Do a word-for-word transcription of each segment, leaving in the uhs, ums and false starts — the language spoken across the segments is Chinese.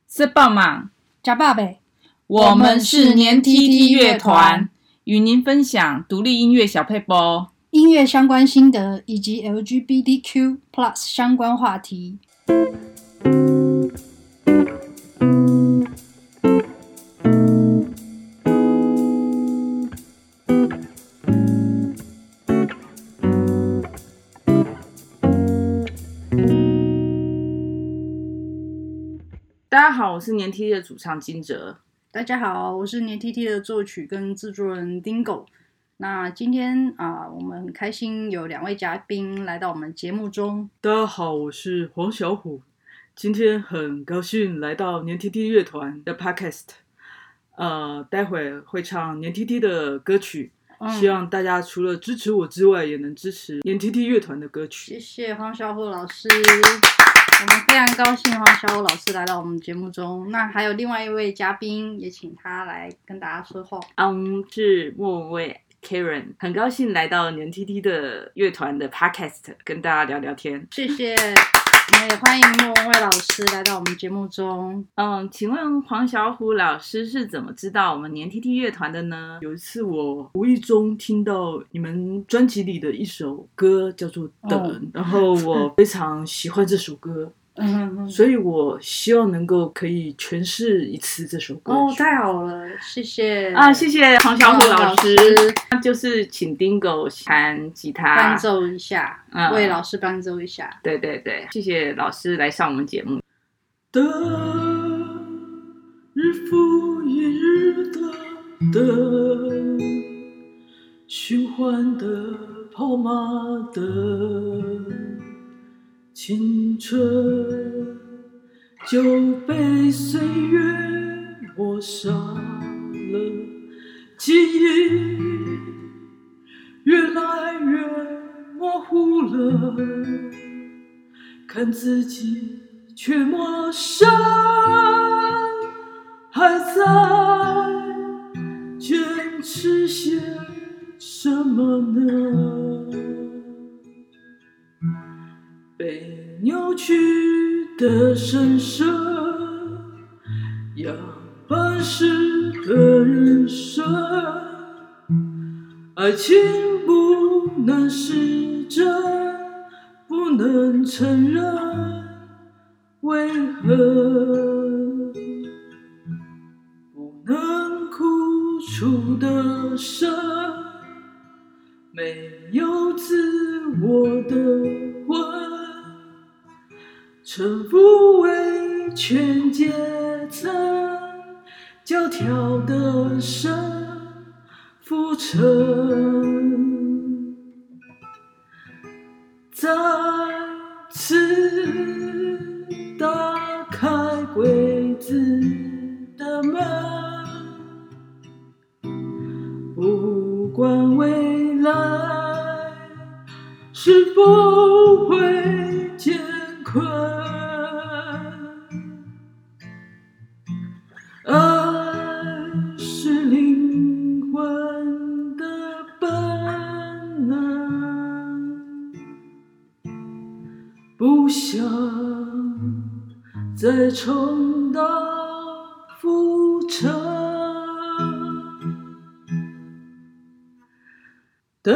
是棒嘛？ 假爸呗。 我们是年 T T 乐团，与您分享独立音乐小撇步、 音乐相关心得以及 L G B T Q plus 相关话题。 大家好，我是年 T T 的主唱金哲。 大家好，我是年 T T 的作曲跟制作人 Dingo。那今天啊、呃，我们很开心有两位嘉宾来到我们节目中。 大家好，我是黄小虎。今天很高兴来到年 T T 乐团的 Podcast。呃，待会会唱年 T T 的歌曲。嗯、希望大家除了支持我之外，也能支持年 T T 乐团的歌曲。 谢谢黄小虎老师，我们非常高兴黄小虎老师来到我们节目中。那还有另外一位嘉宾，也请他来跟大家说话。 嗯，是莫文蔚 Karen， 很高兴来到年 T T 的乐团的 Podcast， 跟大家聊聊天。 谢谢。我们也欢迎莫文蔚老师来到我们节目中。 嗯，请问黄小虎老师是怎么知道我们年 T T 乐团的呢？ 有一次我无意中听到你们专辑里的一首歌叫做《等》，哦、然后我非常喜欢这首歌。嗯，所以我希望能够可以诠释一次这首歌。 哦，太好了，谢谢啊，谢谢黄小虎老师。那就是请 Dingo 弹吉他伴奏一下，嗯、为老师伴奏一下。 对对对，谢谢老师来上我们节目。 等，日复一日的等，循环的跑马的。青春就被岁月抹杀了，记忆越来越模糊了，看自己却陌生，还在坚持些什么呢？被扭曲的神圣，样板式的人生，爱情不能是真，不能承认，为何不能哭出的声，没有自我的魂，臣服为全阶层，教条的生浮沉，再次打开柜子的门，不管未来是否会艰困，爱是灵魂的本能，不想再重蹈覆辙，等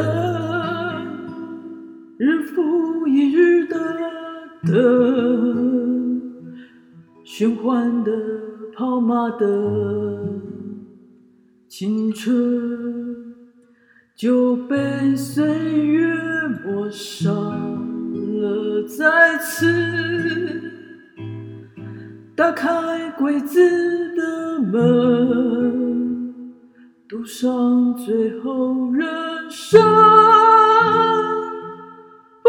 日复一日的等，循环的跑马的青春就被岁月抹杀了，再次打开柜子的门，赌上最后人生，不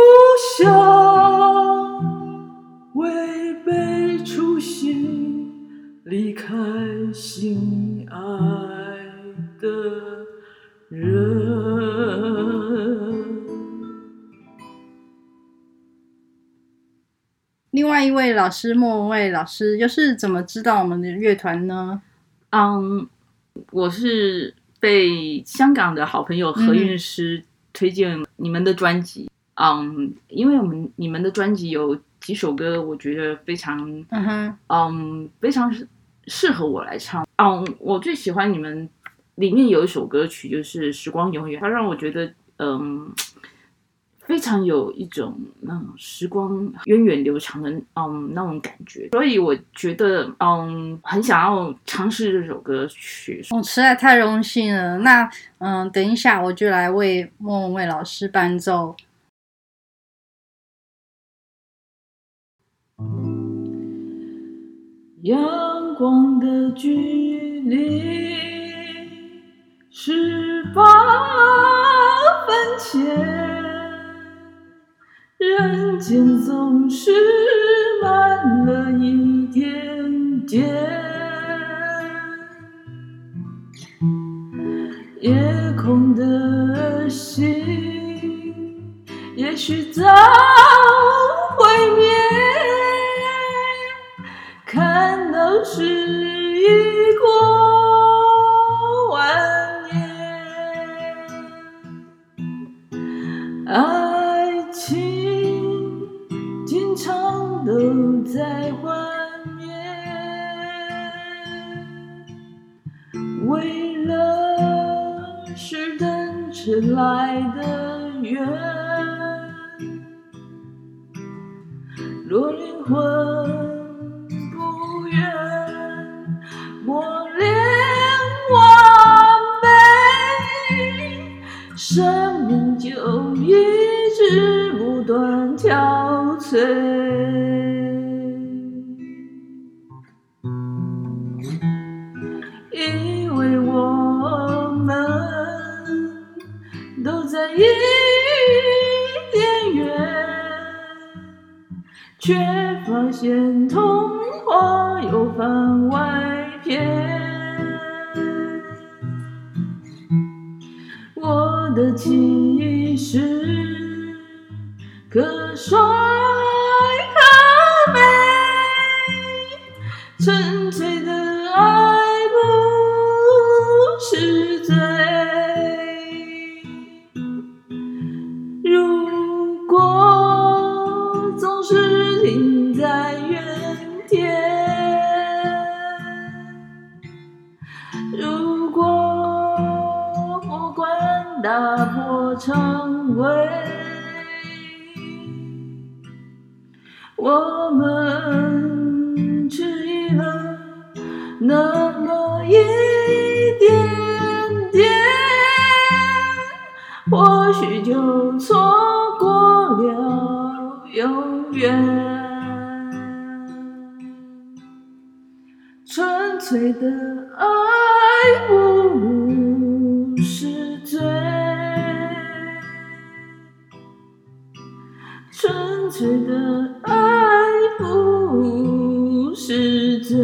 想违背初心，离开心爱的人。 另外一位老师莫文蔚老师又是怎么知道我们的乐团呢？ 嗯，我是被香港的好朋友何韵诗推荐你们的专辑。嗯，因为我们你们的专辑有几首歌，我觉得非常嗯哼， 嗯非常适合我来唱。嗯，我最喜欢你们里面有一首歌曲就是《时光永远》，它让我觉得嗯。非常有一种那种时光源远流长的嗯那种感觉，所以我觉得嗯很想要尝试这首歌曲。 我、哦、实在太荣幸了。那嗯，等一下我就来为莫文蔚老师伴奏。 阳光的距离十八分前。人间总是慢了一点点，夜空的星也许早毁灭，看到是一过万年，爱情经常都在幻灭，为了是等迟来的缘，若灵魂不愿磨练完美，生命就一直不断憔悴。因为我们都在伊甸园，却发现童话有番外篇。我的气势可帅可美，纯粹的爱不是罪。如果总是停在原点，如果不管打破常规，我们迟疑了那么一点点，或许就错过了永远。纯粹的爱不是罪，纯粹的爱不是罪。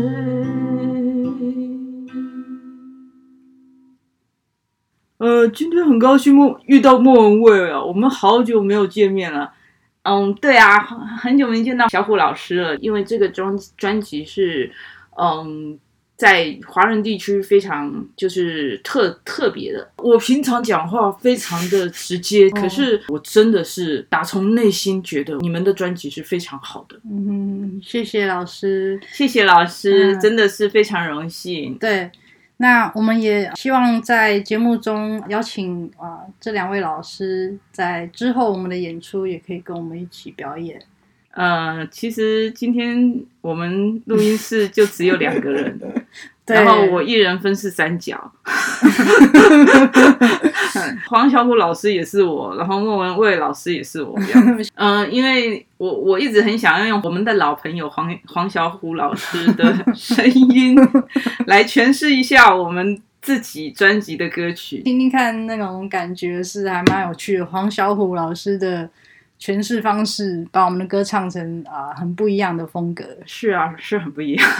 呃，今天很高兴莫遇到莫文蔚啊，我们好久没有见面了。嗯，对啊，很久没见到小虎老师了，因为这个专专辑是嗯在华人地区非常就是特特别的。我平常讲话非常的直接，哦、可是我真的是打从内心觉得你们的专辑是非常好的。 嗯，谢谢老师， 谢谢老师，嗯、真的是非常荣幸。 对。那我们也希望在节目中邀请啊、呃、这两位老师，在之后我们的演出也可以跟我们一起表演。 呃，其实今天我们录音室就只有两个人，然后我一人分饰三角。黄小虎老师也是我，然后莫文蔚老师也是我。嗯、呃，因为我我一直很想要用我们的老朋友黄黄小虎老师的声音来诠释一下我们自己专辑的歌曲， 听听看那种感觉是还蛮有趣的。黄小虎老师的诠释方式把我们的歌唱成啊、呃、很不一样的风格。 是啊，是很不一样。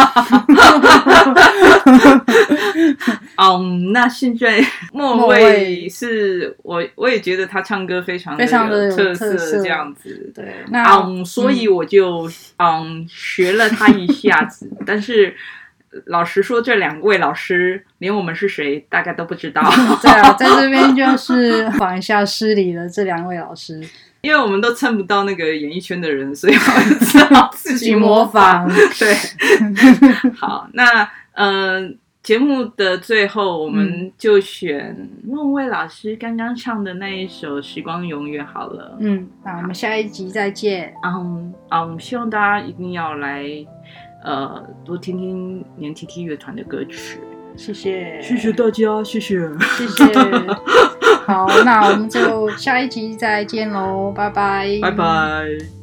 嗯，那现在莫蔚是我我也觉得他唱歌非常的有特色，这样子。 对，那嗯，所以我就嗯学了他一下子，但是老实说，这两位老师连我们是谁大概都不知道。 对啊，在这边就是访一下失礼了这两位老师。 因为我们都蹭不到那个演艺圈的人，所以我们只好自己模仿。对，好，那呃，节目的最后，我们就选孟蔚老师刚刚唱的那一首《时光永远》好了。 嗯，那我们下一集再见。 嗯嗯，希望大家一定要来呃多听听黏 T T 乐团的歌曲。 谢谢， 谢谢大家，谢谢， 谢谢。好，那我们就下一集再见喽，拜拜， 拜拜。